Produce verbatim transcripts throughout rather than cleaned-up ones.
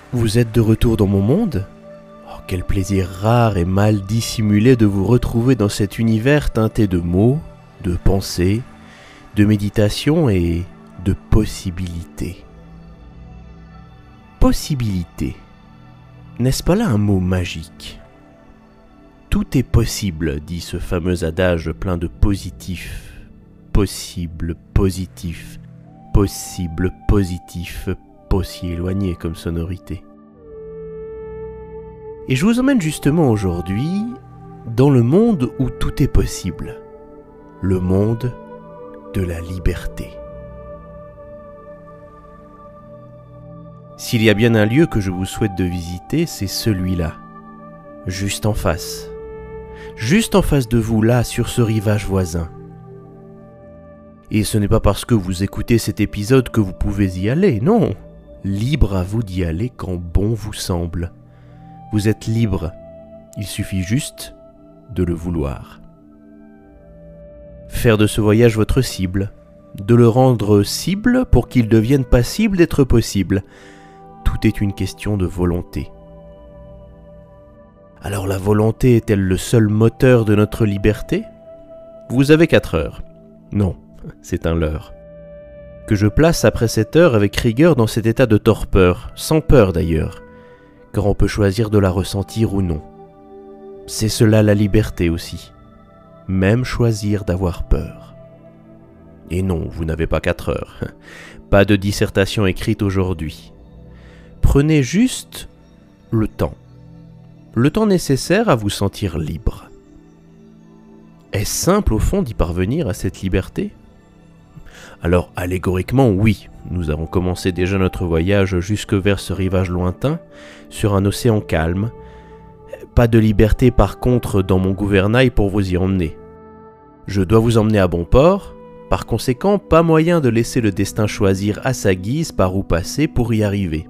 Vous êtes de retour dans mon monde ? Oh, quel plaisir rare et mal dissimulé de vous retrouver dans cet univers teinté de mots, de pensées, de méditation et de possibilités. Possibilité. N'est-ce pas là un mot magique ? Tout est possible, dit ce fameux adage plein de positif. Possible, positif, possible, positif, pas si éloigné comme sonorité. Et je vous emmène justement aujourd'hui dans le monde où tout est possible. Le monde de la liberté. S'il y a bien un lieu que je vous souhaite de visiter, c'est celui-là, juste en face. Juste en face de vous, là, sur ce rivage voisin. Et ce n'est pas parce que vous écoutez cet épisode que vous pouvez y aller, non. Libre à vous d'y aller quand bon vous semble. Vous êtes libre, il suffit juste de le vouloir. Faire de ce voyage votre cible, de le rendre cible pour qu'il devienne passible d'être possible. Tout est une question de volonté. Alors la volonté est-elle le seul moteur de notre liberté ? Vous avez quatre heures. Non, c'est un leurre. Que je place après cette heure avec rigueur dans cet état de torpeur, sans peur d'ailleurs, car on peut choisir de la ressentir ou non. C'est cela la liberté aussi, même choisir d'avoir peur. Et non, vous n'avez pas quatre heures, pas de dissertation écrite aujourd'hui. Prenez juste le temps, le temps nécessaire à vous sentir libre. Est-ce simple au fond d'y parvenir à cette liberté ? Alors allégoriquement, oui, nous avons commencé déjà notre voyage jusque vers ce rivage lointain, sur un océan calme. Pas de liberté par contre dans mon gouvernail pour vous y emmener. Je dois vous emmener à bon port, par conséquent, pas moyen de laisser le destin choisir à sa guise par où passer pour y arriver.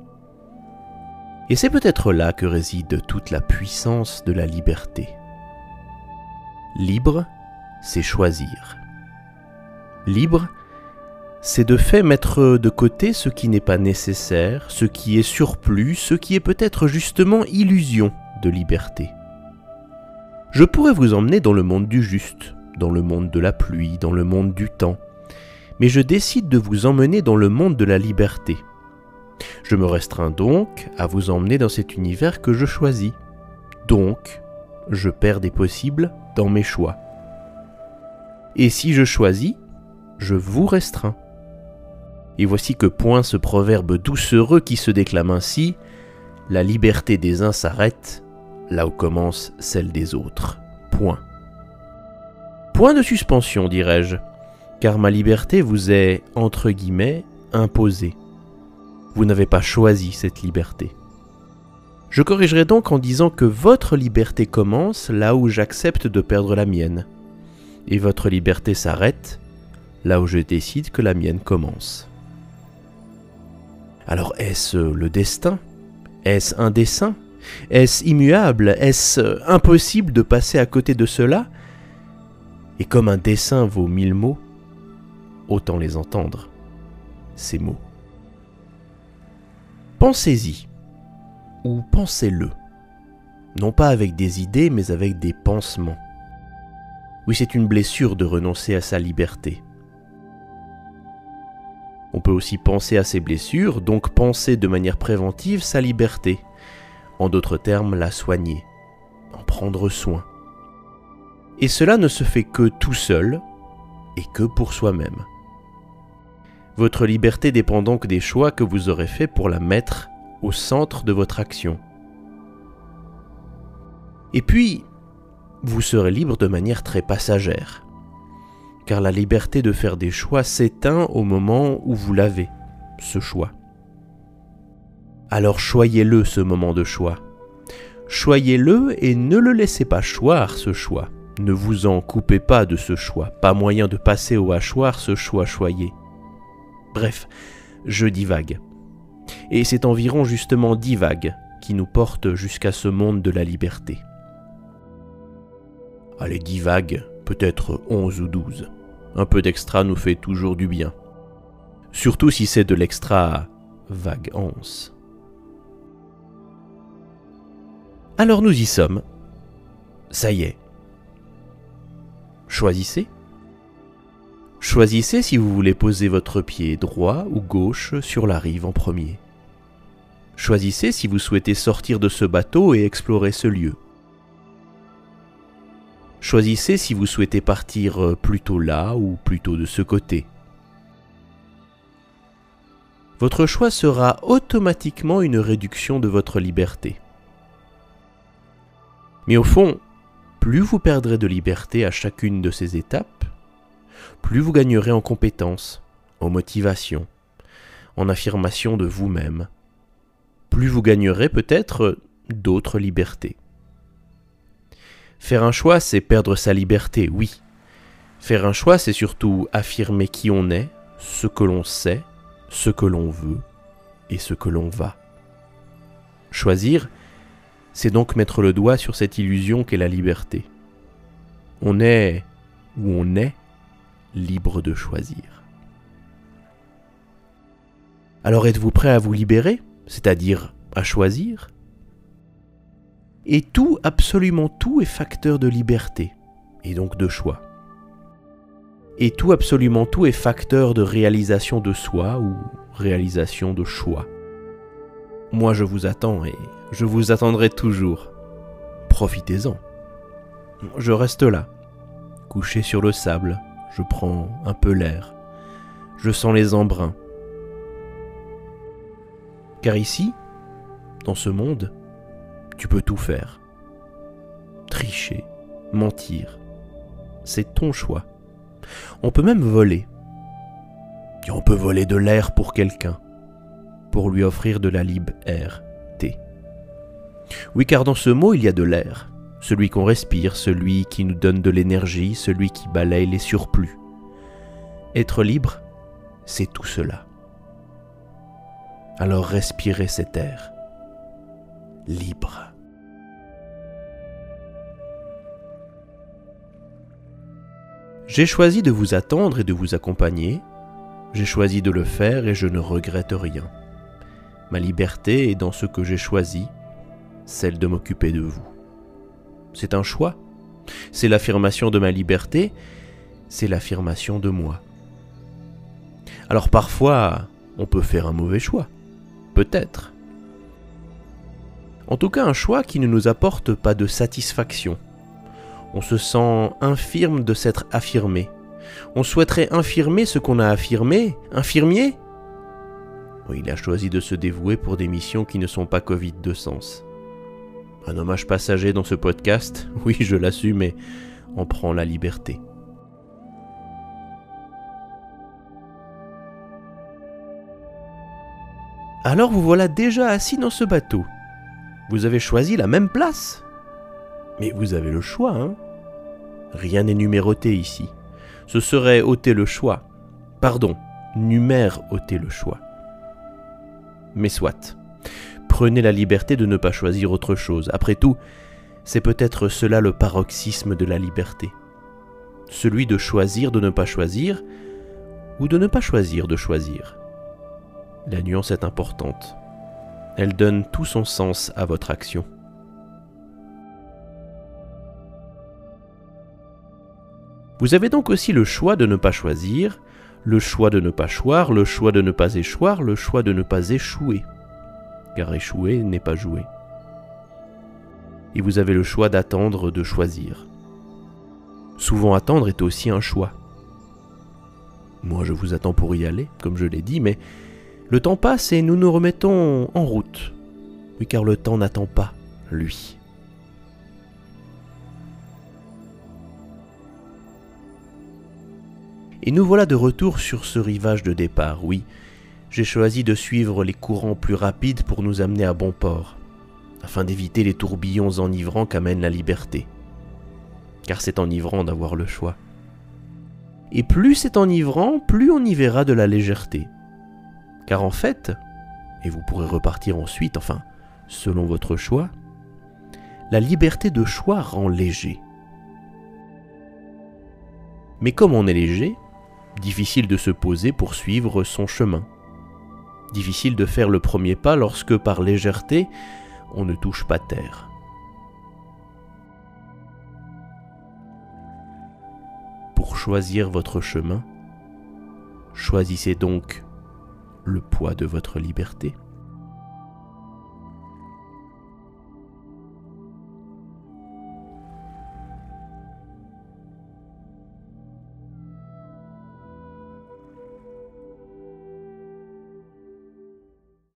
Et c'est peut-être là que réside toute la puissance de la liberté. Libre, c'est choisir. Libre, c'est de fait mettre de côté ce qui n'est pas nécessaire, ce qui est surplus, ce qui est peut-être justement illusion de liberté. Je pourrais vous emmener dans le monde du juste, dans le monde de la pluie, dans le monde du temps, mais je décide de vous emmener dans le monde de la liberté. Je me restreins donc à vous emmener dans cet univers que je choisis. Donc, je perds des possibles dans mes choix. Et si je choisis, je vous restreins. Et voici que point ce proverbe doucereux qui se déclame ainsi : la liberté des uns s'arrête là où commence celle des autres. Point. Point de suspension, dirais-je, car ma liberté vous est, entre guillemets, imposée. Vous n'avez pas choisi cette liberté. Je corrigerai donc en disant que votre liberté commence là où j'accepte de perdre la mienne, et votre liberté s'arrête là où je décide que la mienne commence. Alors est-ce le destin ? Est-ce un dessein ? Est-ce immuable ? Est-ce impossible de passer à côté de cela ? Et comme un dessein vaut mille mots, autant les entendre, ces mots. Pensez-y, ou pensez-le, non pas avec des idées, mais avec des pansements. Oui, c'est une blessure de renoncer à sa liberté. On peut aussi penser à ses blessures, donc penser de manière préventive sa liberté. En d'autres termes, la soigner, en prendre soin. Et cela ne se fait que tout seul et que pour soi-même. Votre liberté dépend donc des choix que vous aurez faits pour la mettre au centre de votre action. Et puis, vous serez libre de manière très passagère, car la liberté de faire des choix s'éteint au moment où vous l'avez, ce choix. Alors choyez-le, ce moment de choix. Choyez-le et ne le laissez pas choir, ce choix. Ne vous en coupez pas de ce choix, pas moyen de passer au hachoir ce choix choyé. Bref, je divague. Et c'est environ justement divague qui nous porte jusqu'à ce monde de la liberté. Allez, divague, peut-être onze ou douze. Un peu d'extra nous fait toujours du bien. Surtout si c'est de l'extra vague-ance. Alors nous y sommes. Ça y est. Choisissez. Choisissez si vous voulez poser votre pied droit ou gauche sur la rive en premier. Choisissez si vous souhaitez sortir de ce bateau et explorer ce lieu. Choisissez si vous souhaitez partir plutôt là ou plutôt de ce côté. Votre choix sera automatiquement une réduction de votre liberté. Mais au fond, plus vous perdrez de liberté à chacune de ces étapes, plus vous gagnerez en compétences, en motivation, en affirmation de vous-même. Plus vous gagnerez peut-être d'autres libertés. Faire un choix, c'est perdre sa liberté, oui. Faire un choix, c'est surtout affirmer qui on est, ce que l'on sait, ce que l'on veut et ce que l'on va. Choisir, c'est donc mettre le doigt sur cette illusion qu'est la liberté. On est, ou on est, libre de choisir. Alors êtes-vous prêt à vous libérer, c'est-à-dire à choisir ? Et tout, absolument tout, est facteur de liberté, et donc de choix. Et tout, absolument tout, est facteur de réalisation de soi ou réalisation de choix. Moi, je vous attends et je vous attendrai toujours. Profitez-en. Je reste là, couché sur le sable, je prends un peu l'air, je sens les embruns. Car ici, dans ce monde, tu peux tout faire. Tricher, mentir, c'est ton choix. On peut même voler. Et on peut voler de l'air pour quelqu'un, pour lui offrir de la liberté. Oui, car dans ce mot, il y a de l'air. Celui qu'on respire, celui qui nous donne de l'énergie, celui qui balaye les surplus. Être libre, c'est tout cela. Alors respirez cet air. Libre. J'ai choisi de vous attendre et de vous accompagner. J'ai choisi de le faire et je ne regrette rien. Ma liberté est dans ce que j'ai choisi, celle de m'occuper de vous. C'est un choix. C'est l'affirmation de ma liberté, c'est l'affirmation de moi. Alors parfois, on peut faire un mauvais choix. Peut-être. En tout cas, un choix qui ne nous apporte pas de satisfaction. On se sent infirme de s'être affirmé. On souhaiterait infirmer ce qu'on a affirmé. Infirmier ? Oui, il a choisi de se dévouer pour des missions qui ne sont pas Covid de sens. Un hommage passager dans ce podcast, oui, je l'assume, mais on prend la liberté. Alors vous voilà déjà assis dans ce bateau. Vous avez choisi la même place. Mais vous avez le choix, hein ? Rien n'est numéroté ici. Ce serait ôter le choix. Pardon, numère ôter le choix. Mais soit. Prenez la liberté de ne pas choisir autre chose. Après tout, c'est peut-être cela le paroxysme de la liberté. Celui de choisir de ne pas choisir, ou de ne pas choisir de choisir. La nuance est importante. Elle donne tout son sens à votre action. Vous avez donc aussi le choix de ne pas choisir, le choix de ne pas choir, le choix de ne pas échoir, le choix de ne pas échouer. Car échouer n'est pas jouer. Et vous avez le choix d'attendre, de choisir. Souvent attendre est aussi un choix. Moi je vous attends pour y aller, comme je l'ai dit, mais le temps passe et nous nous remettons en route. Oui, car le temps n'attend pas, lui. Et nous voilà de retour sur ce rivage de départ, oui. J'ai choisi de suivre les courants plus rapides pour nous amener à bon port, afin d'éviter les tourbillons enivrants qu'amène la liberté. Car c'est enivrant d'avoir le choix. Et plus c'est enivrant, plus on y verra de la légèreté. Car en fait, et vous pourrez repartir ensuite, enfin, selon votre choix, la liberté de choix rend léger. Mais comme on est léger, difficile de se poser pour suivre son chemin. Difficile de faire le premier pas lorsque, par légèreté, on ne touche pas terre. pour choisir votre chemin. Choisissez donc le poids de votre liberté.